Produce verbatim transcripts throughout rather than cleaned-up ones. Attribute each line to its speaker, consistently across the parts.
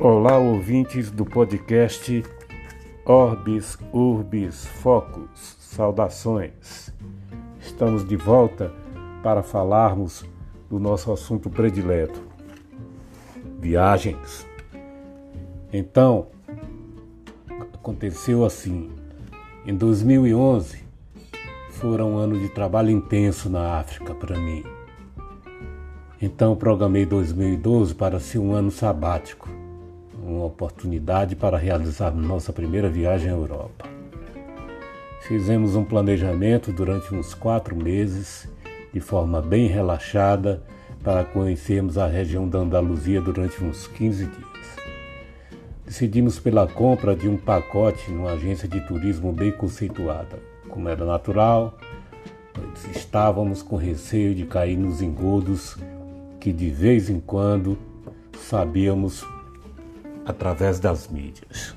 Speaker 1: Olá, ouvintes do podcast Orbis Urbis Focus. Saudações! Estamos de volta para falarmos do nosso assunto predileto, viagens. Então, aconteceu assim. Em dois mil e onze, foi um ano de trabalho intenso na África para mim. Então, programei dois mil e doze para ser um ano sabático, uma oportunidade para realizar nossa primeira viagem à Europa. Fizemos um planejamento durante uns quatro meses, de forma bem relaxada, para conhecermos a região da Andaluzia durante uns quinze dias. Decidimos pela compra de um pacote numa agência de turismo bem conceituada. Como era natural, nós estávamos com receio de cair nos engodos que de vez em quando sabíamos através das mídias.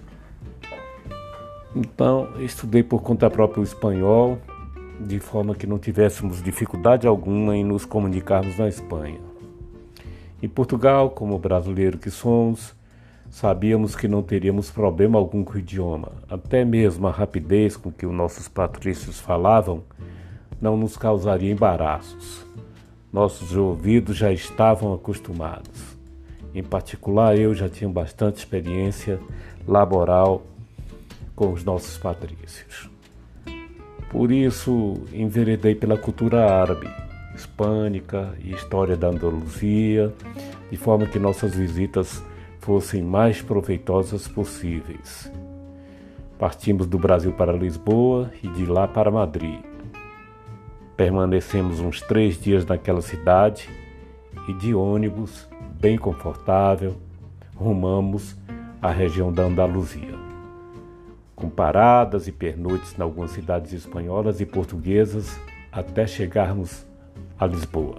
Speaker 1: Então, estudei por conta própria o espanhol, de forma que não tivéssemos dificuldade alguma em nos comunicarmos na Espanha. Em Portugal, como brasileiro que somos, sabíamos que não teríamos problema algum com o idioma. Até mesmo a rapidez com que os nossos patrícios falavam não nos causaria embaraços. Nossos ouvidos já estavam acostumados. Em particular, eu já tinha bastante experiência laboral com os nossos patrícios. Por isso, enveredei pela cultura árabe, hispânica e história da Andaluzia, de forma que nossas visitas fossem mais proveitosas possíveis. Partimos do Brasil para Lisboa e de lá para Madrid. Permanecemos uns três dias naquela cidade e de ônibus, bem confortável, rumamos à região da Andaluzia, com paradas e pernoites em algumas cidades espanholas e portuguesas até chegarmos a Lisboa.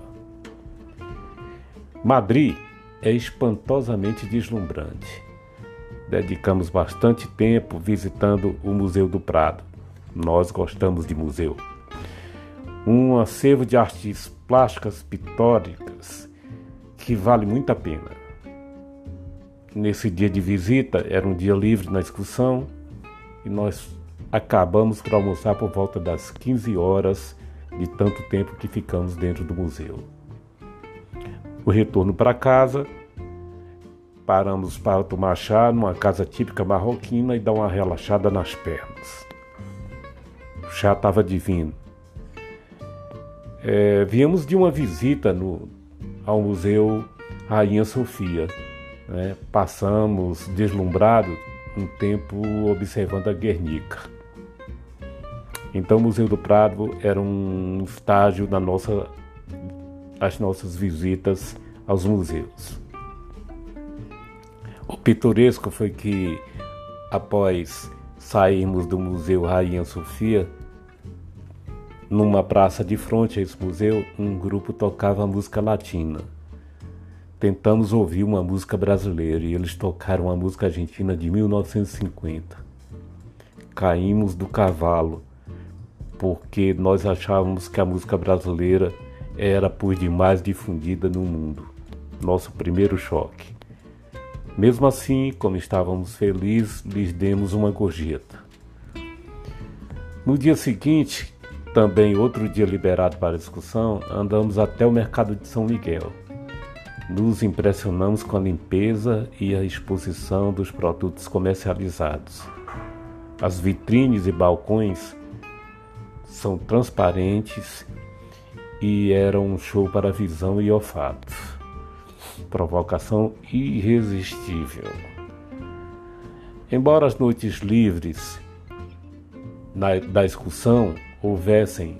Speaker 1: Madrid é espantosamente deslumbrante. Dedicamos bastante tempo visitando o Museu do Prado. Nós gostamos de museu. Um acervo de artes plásticas pictóricas que vale muito a pena. Nesse dia de visita, era um dia livre na excursão e nós acabamos por almoçar por volta das quinze horas de tanto tempo que ficamos dentro do museu. O retorno para casa, paramos para tomar chá numa casa típica marroquina e dar uma relaxada nas pernas. O chá estava divino. É, viemos de uma visita no, ao Museu Rainha Sofia. Né? Passamos deslumbrados um tempo observando a Guernica. Então o Museu do Prado era um estágio na nossa, as nossas visitas aos museus. O pitoresco foi que, após sairmos do Museu Rainha Sofia, numa praça de frente a esse museu, um grupo tocava música latina. Tentamos ouvir uma música brasileira e eles tocaram a música argentina de mil novecentos e cinquenta. Caímos do cavalo, porque nós achávamos que a música brasileira era por demais difundida no mundo. Nosso primeiro choque. Mesmo assim, como estávamos felizes, lhes demos uma gorjeta. No dia seguinte, também outro dia liberado para discussão, andamos até o mercado de São Miguel. Nos impressionamos com a limpeza e a exposição dos produtos comercializados. As vitrines e balcões são transparentes e eram um show para visão e olfato. Provocação irresistível. Embora as noites livres na, da excursão houvessem,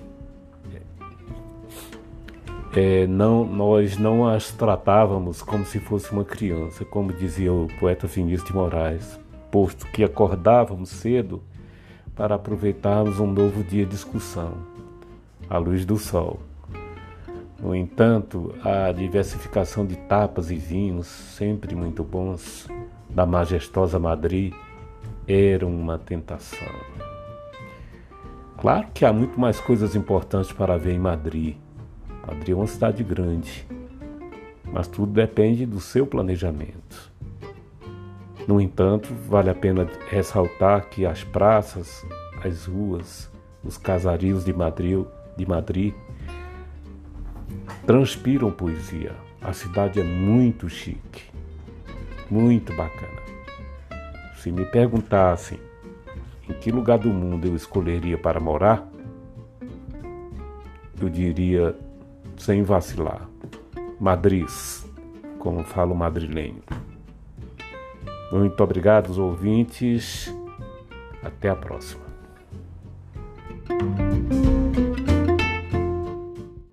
Speaker 1: é, não, nós não as tratávamos como se fosse uma criança, como dizia o poeta Vinícius de Moraes, posto que acordávamos cedo para aproveitarmos um novo dia de excursão, à luz do sol. No entanto, a diversificação de tapas e vinhos, sempre muito bons, da majestosa Madrid, era uma tentação. Claro que há muito mais coisas importantes para ver em Madrid. Madrid é uma cidade grande, mas tudo depende do seu planejamento. No entanto, vale a pena ressaltar que as praças, as ruas, os casarios de Madrid, de Madrid transpiram poesia. A cidade é muito chique, muito bacana. Se me perguntassem em que lugar do mundo eu escolheria para morar, eu diria, sem vacilar, Madrid, como fala o madrilenho. Muito obrigado, ouvintes. Até a próxima.